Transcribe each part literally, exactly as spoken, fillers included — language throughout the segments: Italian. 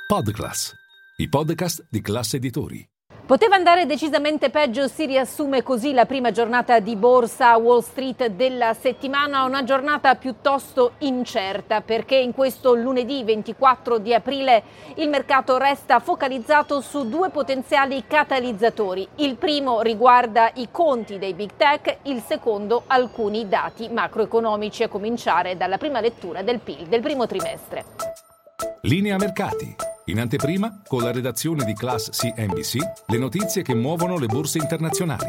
Podclass, i podcast di Class Editori. Poteva andare decisamente peggio, si riassume così la prima giornata di borsa a Wall Street della settimana, una giornata piuttosto incerta perché in questo lunedì ventiquattro di aprile il mercato resta focalizzato su due potenziali catalizzatori. Il primo riguarda i conti dei big tech, il secondo alcuni dati macroeconomici, a cominciare dalla prima lettura del P I L del primo trimestre. Linea mercati. In anteprima, con la redazione di Class C N B C, le notizie che muovono le borse internazionali.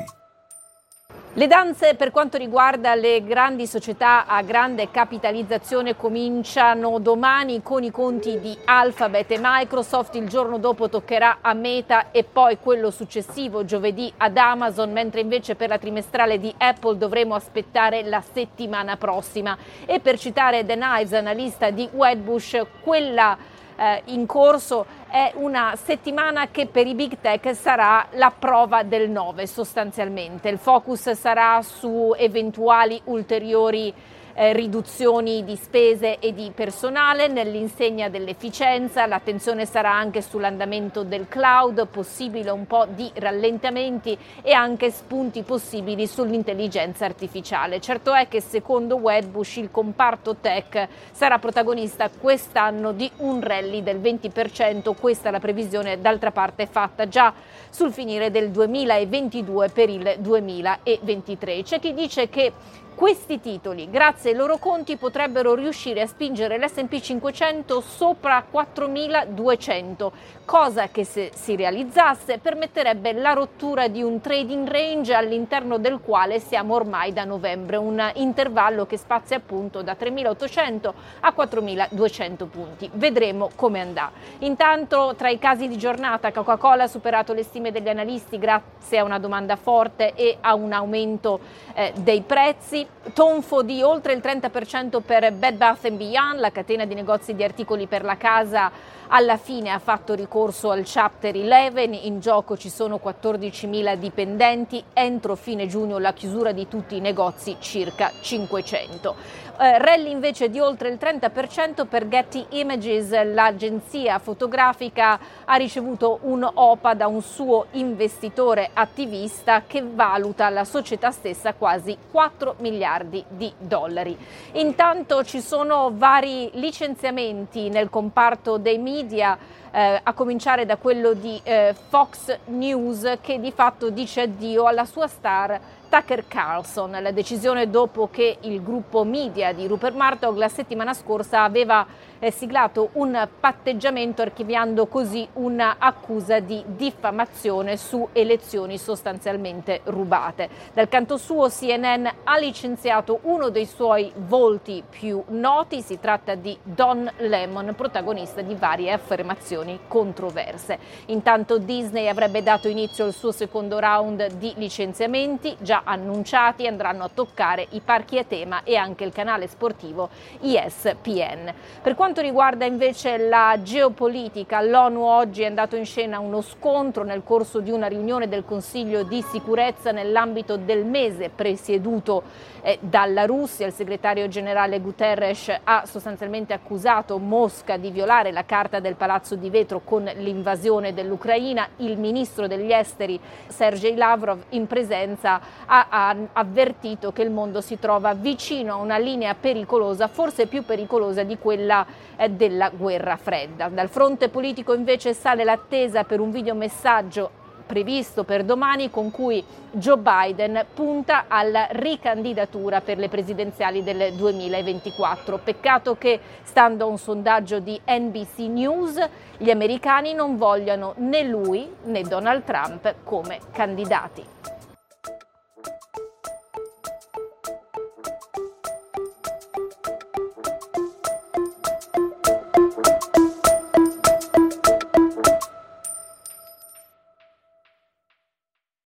Le danze per quanto riguarda le grandi società a grande capitalizzazione cominciano domani con i conti di Alphabet e Microsoft, il giorno dopo toccherà a Meta e poi quello successivo giovedì ad Amazon, mentre invece per la trimestrale di Apple dovremo aspettare la settimana prossima. E per citare The Knives, analista di Wedbush, quella Eh, in corso è una settimana che per i big tech sarà la prova del nove sostanzialmente. Il focus sarà su eventuali ulteriori eh, riduzioni di spese e di personale nell'insegna dell'efficienza. L'attenzione sarà anche sull'andamento del cloud, possibile un po' di rallentamenti e anche spunti possibili sull'intelligenza artificiale. Certo è che secondo Wedbush il comparto tech sarà protagonista quest'anno di un rally del venti per cento, questa è la previsione d'altra parte fatta già sul finire del duemilaventidue per il duemilaventitré. C'è chi dice che questi titoli, grazie ai loro conti, potrebbero riuscire a spingere l'S and P cinquecento sopra quattromiladuecento, cosa che se si realizzasse permetterebbe la rottura di un trading range all'interno del quale siamo ormai da novembre, un intervallo che spazia appunto da tremilaottocento a quattromiladuecento punti. Vedremo come andrà. Intanto tra i casi di giornata Coca-Cola ha superato le stime degli analisti grazie a una domanda forte e a un aumento eh, dei prezzi. Tonfo di oltre il trenta per cento per Bed Bath and Beyond, la catena di negozi di articoli per la casa alla fine ha fatto ricorso al Chapter undici, in gioco ci sono quattordicimila dipendenti, entro fine giugno la chiusura di tutti i negozi circa cinquecento. Eh, rally invece di oltre il trenta per cento per Getty Images, l'agenzia fotografica ha ricevuto un O P A da un suo investitore attivista che valuta la società stessa quasi quattro miliardi di dollari. Intanto ci sono vari licenziamenti nel comparto dei media, eh, a cominciare da quello di eh, Fox News, che di fatto dice addio alla sua star Tucker Carlson. La decisione dopo che il gruppo media di Rupert Murdoch la settimana scorsa aveva eh, siglato un patteggiamento archiviando così un'accusa di diffamazione su elezioni sostanzialmente rubate. Dal canto suo C N N ha licenziato uno dei suoi volti più noti, si tratta di Don Lemon, protagonista di varie affermazioni controverse. Intanto Disney avrebbe dato inizio al suo secondo round di licenziamenti, già annunciati, andranno a toccare i parchi a tema e anche il canale sportivo E S P N. Per quanto riguarda invece la geopolitica, l'ONU oggi è andato in scena uno scontro nel corso di una riunione del Consiglio di sicurezza nell'ambito del mese presieduto eh, dalla Russia. Il segretario generale Guterres ha sostanzialmente accusato Mosca di violare la Carta del Palazzo di Vetro con l'invasione dell'Ucraina. Il ministro degli esteri Sergei Lavrov in presenza ha, ha avvertito che il mondo si trova vicino a una linea pericolosa, forse più pericolosa di quella eh, della guerra fredda. Dal fronte politico invece sale l'attesa per un videomessaggio previsto per domani con cui Joe Biden punta alla ricandidatura per le presidenziali del duemilaventiquattro. Peccato che, stando a un sondaggio di N B C News, gli americani non vogliano né lui né Donald Trump come candidati.